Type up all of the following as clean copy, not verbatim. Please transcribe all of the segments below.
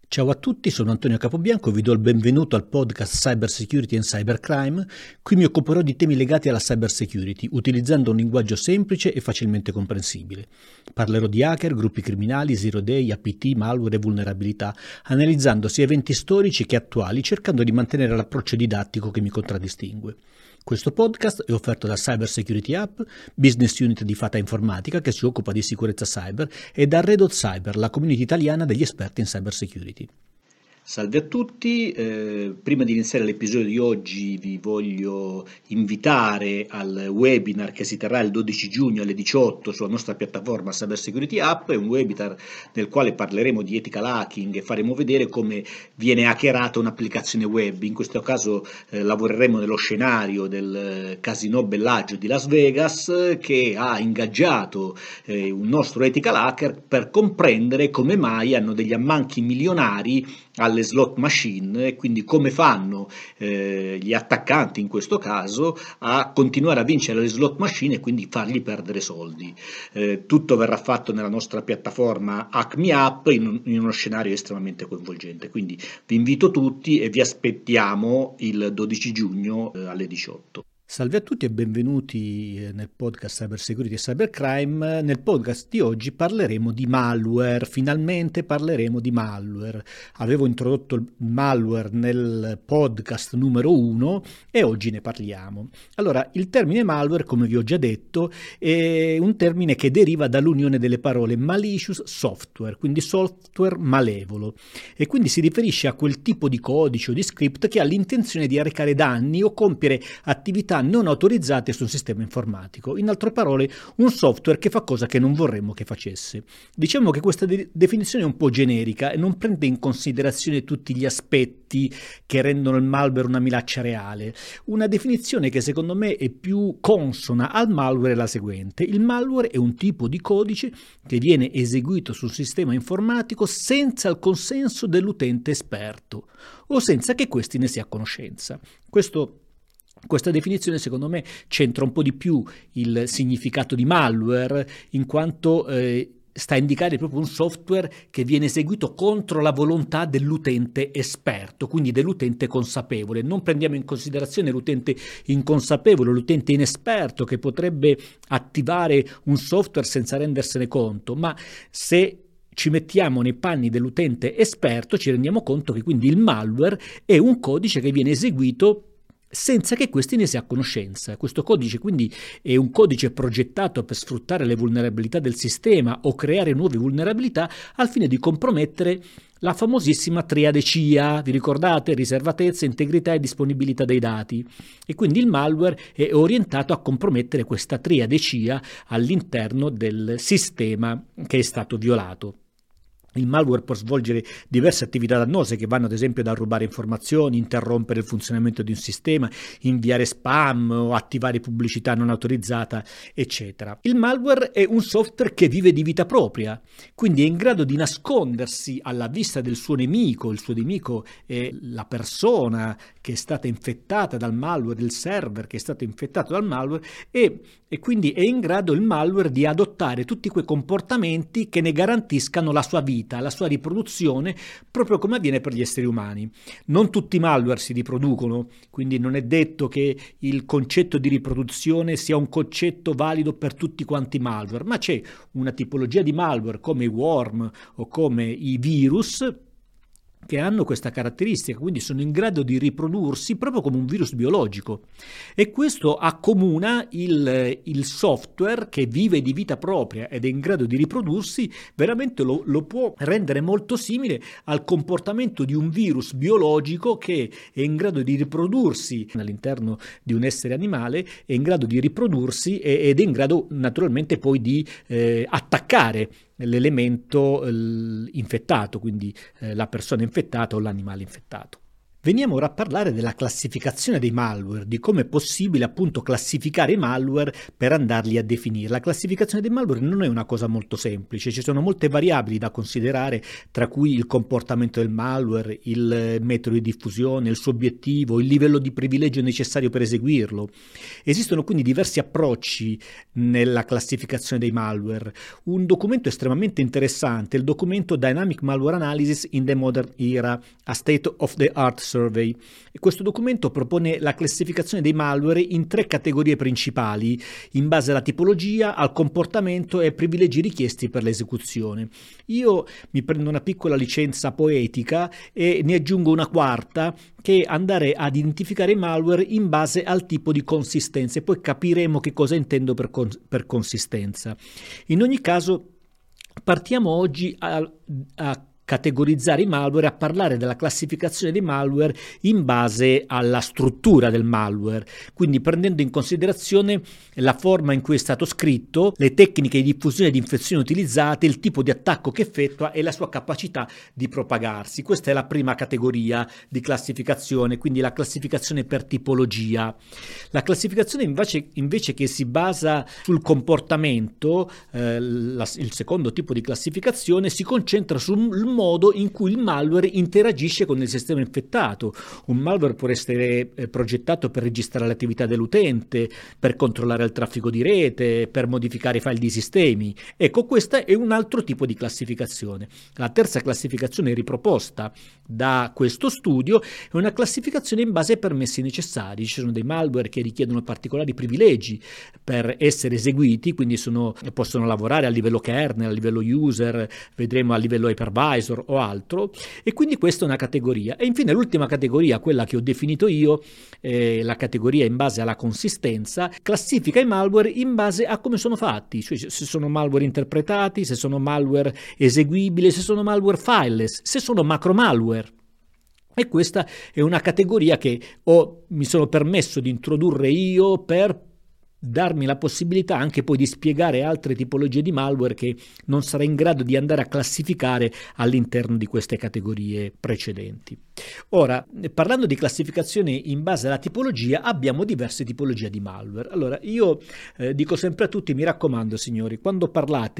Ciao a tutti, sono Antonio Capobianco e vi do il benvenuto al podcast Cyber Security and Cybercrime. Qui mi occuperò di temi legati alla cyber security, utilizzando un linguaggio semplice e facilmente comprensibile. Parlerò di hacker, gruppi criminali, zero day, APT, malware e vulnerabilità, analizzando sia eventi storici che attuali, cercando di mantenere l'approccio didattico che mi contraddistingue. Questo podcast è offerto da Cyber Security App, business unit di Fata Informatica che si occupa di sicurezza cyber, e da Red Hot Cyber, la community italiana degli esperti in cyber security. Salve a tutti, prima di iniziare l'episodio di oggi vi voglio invitare al webinar che si terrà il 12 giugno alle 18 sulla nostra piattaforma Cyber Security App. È un webinar nel quale parleremo di ethical hacking e faremo vedere come viene hackerata un'applicazione web. In questo caso lavoreremo nello scenario del Casino Bellagio di Las Vegas, che ha ingaggiato un nostro ethical hacker per comprendere come mai hanno degli ammanchi milionari alle slot machine e quindi come fanno gli attaccanti in questo caso a continuare a vincere le slot machine e quindi fargli perdere soldi. Tutto verrà fatto nella nostra piattaforma Hack Me Up in uno scenario estremamente coinvolgente, quindi vi invito tutti e vi aspettiamo il 12 giugno alle 18. Salve a tutti e benvenuti nel podcast Cyber Security e Cybercrime. Nel podcast di oggi parleremo di malware, finalmente parleremo di malware. Avevo introdotto il malware nel podcast numero 1 e oggi ne parliamo. Allora, il termine malware, come vi ho già detto, è un termine che deriva dall'unione delle parole malicious software, quindi software malevolo, e quindi si riferisce a quel tipo di codice o di script che ha l'intenzione di arrecare danni o compiere attività non autorizzate su un sistema informatico. In altre parole, un software che fa cosa che non vorremmo che facesse. Diciamo che questa definizione è un po' generica e non prende in considerazione tutti gli aspetti che rendono il malware una minaccia reale. Una definizione che secondo me è più consona al malware è la seguente: il malware è un tipo di codice che viene eseguito sul sistema informatico senza il consenso dell'utente esperto o senza che questi ne sia a conoscenza. Questa definizione secondo me centra un po' di più il significato di malware, in quanto sta a indicare proprio un software che viene eseguito contro la volontà dell'utente esperto, quindi dell'utente consapevole. Non prendiamo in considerazione l'utente inconsapevole, l'utente inesperto che potrebbe attivare un software senza rendersene conto, ma se ci mettiamo nei panni dell'utente esperto ci rendiamo conto che quindi il malware è un codice che viene eseguito senza che questi ne sia a conoscenza. Questo codice quindi è un codice progettato per sfruttare le vulnerabilità del sistema o creare nuove vulnerabilità al fine di compromettere la famosissima triade CIA, vi ricordate? Riservatezza, integrità e disponibilità dei dati. E quindi il malware è orientato a compromettere questa triade CIA all'interno del sistema che è stato violato. Il malware può svolgere diverse attività dannose che vanno ad esempio da rubare informazioni, interrompere il funzionamento di un sistema, inviare spam o attivare pubblicità non autorizzata, eccetera. Il malware è un software che vive di vita propria, quindi è in grado di nascondersi alla vista del suo nemico. Il suo nemico è la persona che è stata infettata dal malware, il server che è stato infettato dal malware, e quindi è in grado il malware di adottare tutti quei comportamenti che ne garantiscano la sua vita, la sua riproduzione, proprio come avviene per gli esseri umani. Non tutti i malware si riproducono, quindi non è detto che il concetto di riproduzione sia un concetto valido per tutti quanti i malware, ma c'è una tipologia di malware come i worm o come i virus che hanno questa caratteristica, quindi sono in grado di riprodursi proprio come un virus biologico, e questo accomuna il software che vive di vita propria ed è in grado di riprodursi, veramente lo può rendere molto simile al comportamento di un virus biologico che è in grado di riprodursi all'interno di un essere animale, è in grado di riprodursi ed è in grado naturalmente poi di attaccare l'elemento infettato, quindi la persona infettata o l'animale infettato. Veniamo ora a parlare della classificazione dei malware, di come è possibile appunto classificare i malware per andarli a definire. La classificazione dei malware non è una cosa molto semplice, ci sono molte variabili da considerare, tra cui il comportamento del malware, il metodo di diffusione, il suo obiettivo, il livello di privilegio necessario per eseguirlo. Esistono quindi diversi approcci nella classificazione dei malware. Un documento estremamente interessante è il documento Dynamic Malware Analysis in the Modern Era, a State of the Art Survey, e questo documento propone la classificazione dei malware in 3 categorie principali in base alla tipologia, al comportamento e ai privilegi richiesti per l'esecuzione. Io mi prendo una piccola licenza poetica e ne aggiungo una quarta, che è andare ad identificare i malware in base al tipo di consistenza, e poi capiremo che cosa intendo per consistenza. In ogni caso, partiamo oggi a categorizzare i malware, a parlare della classificazione dei malware in base alla struttura del malware, quindi prendendo in considerazione la forma in cui è stato scritto, le tecniche di diffusione di infezioni utilizzate, il tipo di attacco che effettua e la sua capacità di propagarsi. Questa è la prima categoria di classificazione, quindi la classificazione per tipologia. La classificazione invece che si basa sul comportamento, il secondo tipo di classificazione si concentra sul modo in cui il malware interagisce con il sistema infettato. Un malware può essere progettato per registrare l'attività dell'utente, per controllare il traffico di rete, per modificare i file di sistemi. Ecco, questa è un altro tipo di classificazione. La terza classificazione riproposta da questo studio è una classificazione in base ai permessi necessari. Ci sono dei malware che richiedono particolari privilegi per essere eseguiti, quindi possono lavorare a livello kernel, a livello user, vedremo a livello hypervisor o altro, e quindi questa è una categoria. E infine l'ultima categoria, quella che ho definito io, la categoria in base alla consistenza, classifica i malware in base a come sono fatti, cioè se sono malware interpretati, se sono malware eseguibili, se sono malware fileless, se sono macro malware. E questa è una categoria che mi sono permesso di introdurre io per darmi la possibilità anche poi di spiegare altre tipologie di malware che non sarei in grado di andare a classificare all'interno di queste categorie precedenti. Ora, parlando di classificazione in base alla tipologia, abbiamo diverse tipologie di malware. Allora, io dico sempre a tutti, mi raccomando signori, quando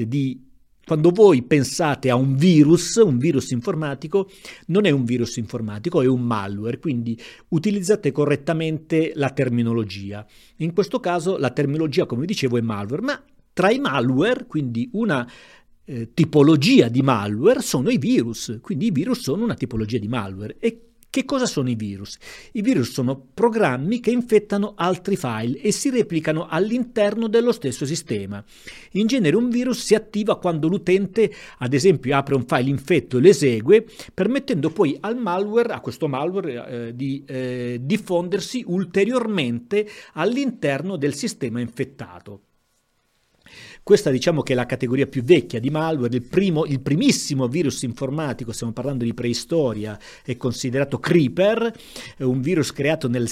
voi pensate a un virus informatico, non è un virus informatico, è un malware, quindi utilizzate correttamente la terminologia. In questo caso la terminologia, come dicevo, è malware, ma tra i malware, quindi una tipologia di malware, sono i virus, quindi i virus sono una tipologia di malware. E che cosa sono i virus? I virus sono programmi che infettano altri file e si replicano all'interno dello stesso sistema. In genere un virus si attiva quando l'utente, ad esempio, apre un file infetto e lo esegue, permettendo poi a questo malware di diffondersi ulteriormente all'interno del sistema infettato. Questa diciamo che è la categoria più vecchia di malware. Il primissimo virus informatico, stiamo parlando di preistoria, è considerato Creeper, un virus creato nel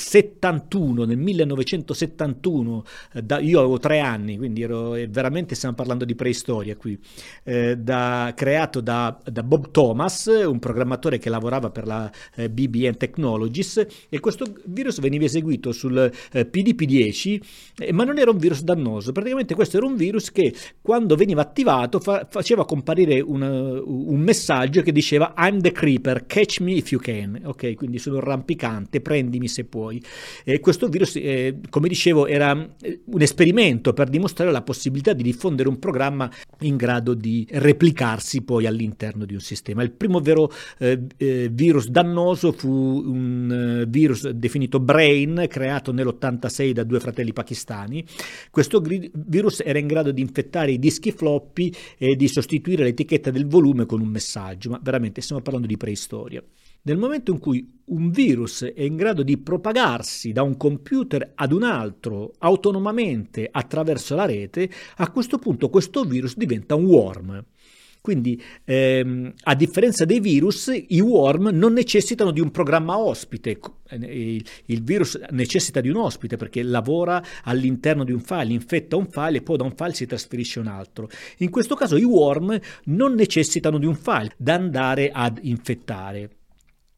1971, io avevo 3 anni, quindi veramente stiamo parlando di preistoria qui, creato da Bob Thomas, un programmatore che lavorava per la BBN Technologies, e questo virus veniva eseguito sul PDP-10, ma non era un virus dannoso. Praticamente questo era un virus che quando veniva attivato faceva comparire un messaggio che diceva I'm the creeper, catch me if you can. Ok, quindi sono rampicante, prendimi se puoi. Questo virus, come dicevo, era un esperimento per dimostrare la possibilità di diffondere un programma in grado di replicarsi poi all'interno di un sistema. Il primo vero virus dannoso fu un virus definito Brain, creato nell'86 da 2 fratelli pakistani. Questo virus era in grado di infettare i dischi floppy e di sostituire l'etichetta del volume con un messaggio, ma veramente stiamo parlando di preistoria. Nel momento in cui un virus è in grado di propagarsi da un computer ad un altro autonomamente attraverso la rete, a questo punto questo virus diventa un worm. Quindi a differenza dei virus, i worm non necessitano di un programma ospite. Il virus necessita di un ospite perché lavora all'interno di un file, infetta un file e poi da un file si trasferisce a un altro. In questo caso i worm non necessitano di un file da andare ad infettare.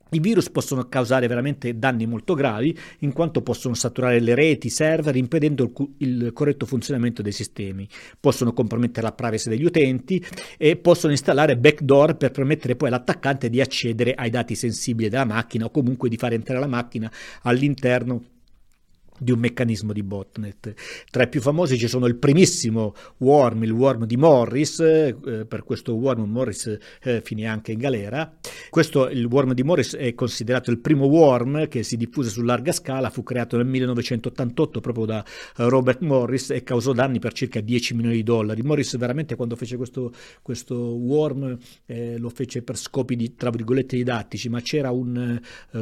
I virus possono causare veramente danni molto gravi, in quanto possono saturare le reti, i server, impedendo il corretto funzionamento dei sistemi. Possono compromettere la privacy degli utenti e possono installare backdoor per permettere poi all'attaccante di accedere ai dati sensibili della macchina o comunque di far entrare la macchina all'interno di un meccanismo di botnet. Tra i più famosi ci sono il primissimo worm, il worm di Morris. Per questo worm Morris finì anche in galera. Il worm di Morris è considerato il primo worm che si diffuse su larga scala, fu creato nel 1988 proprio da Robert Morris e causò danni per circa $10 milioni. Morris veramente, quando fece questo worm, lo fece per scopi di, tra virgolette, didattici, ma c'era un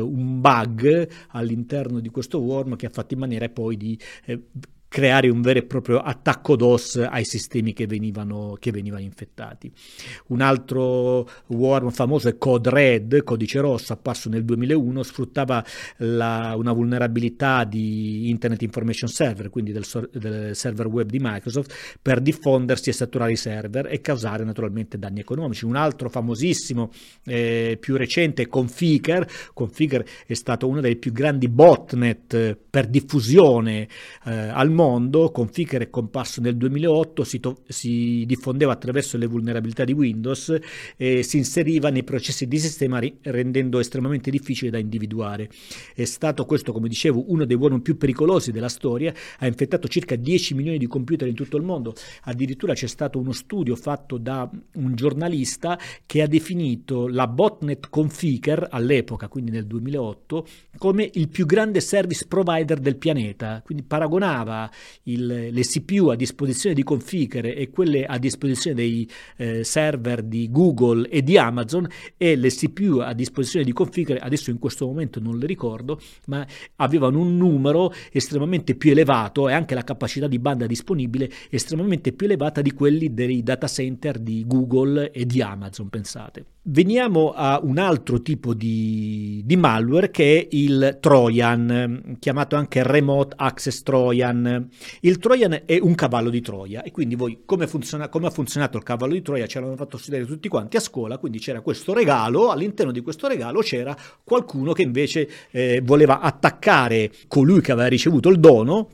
bug all'interno di questo worm che ha fatto in maniera poi di creare un vero e proprio attacco DOS ai sistemi che venivano infettati. Un altro worm famoso è Code Red, codice rosso, apparso nel 2001, sfruttava una vulnerabilità di Internet Information Server, quindi del server web di Microsoft, per diffondersi e saturare i server e causare naturalmente danni economici. Un altro famosissimo, più recente, è Conficker. Conficker è stato uno dei più grandi botnet per diffusione al mondo. Conficker è comparso nel 2008, si diffondeva attraverso le vulnerabilità di Windows e si inseriva nei processi di sistema rendendo estremamente difficile da individuare. È stato questo, come dicevo, uno dei worm più pericolosi della storia, ha infettato circa 10 milioni di computer in tutto il mondo. Addirittura c'è stato uno studio fatto da un giornalista che ha definito la botnet Conficker all'epoca, quindi nel 2008, come il più grande service provider del pianeta, quindi paragonava le CPU a disposizione di Conficker e quelle a disposizione dei server di Google e di Amazon, e le CPU a disposizione di Conficker, adesso in questo momento non le ricordo, ma avevano un numero estremamente più elevato e anche la capacità di banda disponibile estremamente più elevata di quelli dei data center di Google e di Amazon, pensate. Veniamo a un altro tipo di malware, che è il Trojan, chiamato anche Remote Access Trojan. Il Trojan è un cavallo di Troia, e quindi voi come ha funzionato il cavallo di Troia ce l'hanno fatto studiare tutti quanti a scuola. Quindi c'era questo regalo, all'interno di questo regalo c'era qualcuno che invece voleva attaccare colui che aveva ricevuto il dono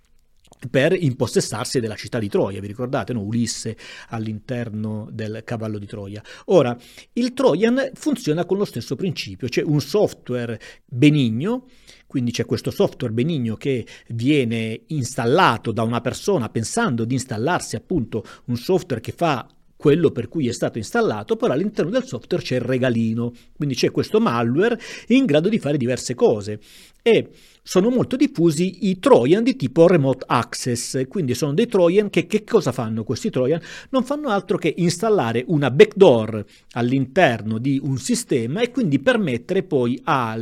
per impossessarsi della città di Troia. Vi ricordate, no? Ulisse all'interno del cavallo di Troia. Ora, il Trojan funziona con lo stesso principio. C'è un software benigno, quindi c'è questo software benigno che viene installato da una persona pensando di installarsi appunto un software che fa quello per cui è stato installato, però all'interno del software c'è il regalino, quindi c'è questo malware in grado di fare diverse cose, e sono molto diffusi i Trojan di tipo remote access. Quindi sono dei Trojan che cosa fanno questi Trojan? Non fanno altro che installare una backdoor all'interno di un sistema e quindi permettere poi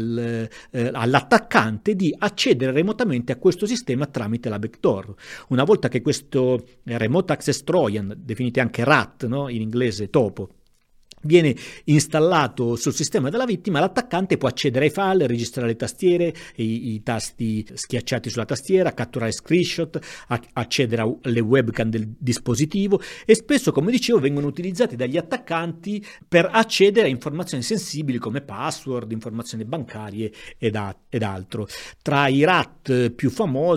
all'attaccante di accedere remotamente a questo sistema tramite la backdoor. Una volta che questo remote access Trojan, definite anche RAT, no? In inglese topo, viene installato sul sistema della vittima, l'attaccante può accedere ai file, registrare le tastiere, i tasti schiacciati sulla tastiera, catturare screenshot, accedere alle webcam del dispositivo, e spesso, come dicevo, vengono utilizzati dagli attaccanti per accedere a informazioni sensibili come password, informazioni bancarie ed altro. Tra i RAT più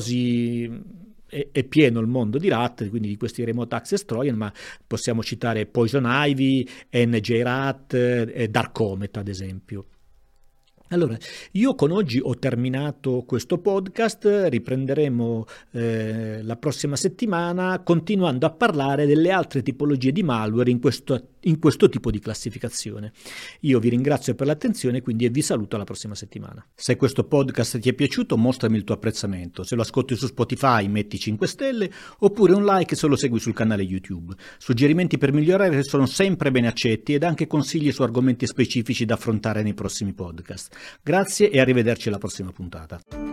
famosi è pieno il mondo di RAT, quindi di questi remote access Trojan, ma possiamo citare Poison Ivy, NJ-RAT e Dark Comet ad esempio. Allora, io con oggi ho terminato questo podcast, riprenderemo la prossima settimana continuando a parlare delle altre tipologie di malware in questo tipo di classificazione. Io vi ringrazio per l'attenzione quindi e vi saluto alla prossima settimana. Se questo podcast ti è piaciuto, mostrami il tuo apprezzamento. Se lo ascolti su Spotify, metti 5 stelle oppure un like se lo segui sul canale YouTube. Suggerimenti per migliorare sono sempre ben accetti, ed anche consigli su argomenti specifici da affrontare nei prossimi podcast. Grazie e arrivederci alla prossima puntata.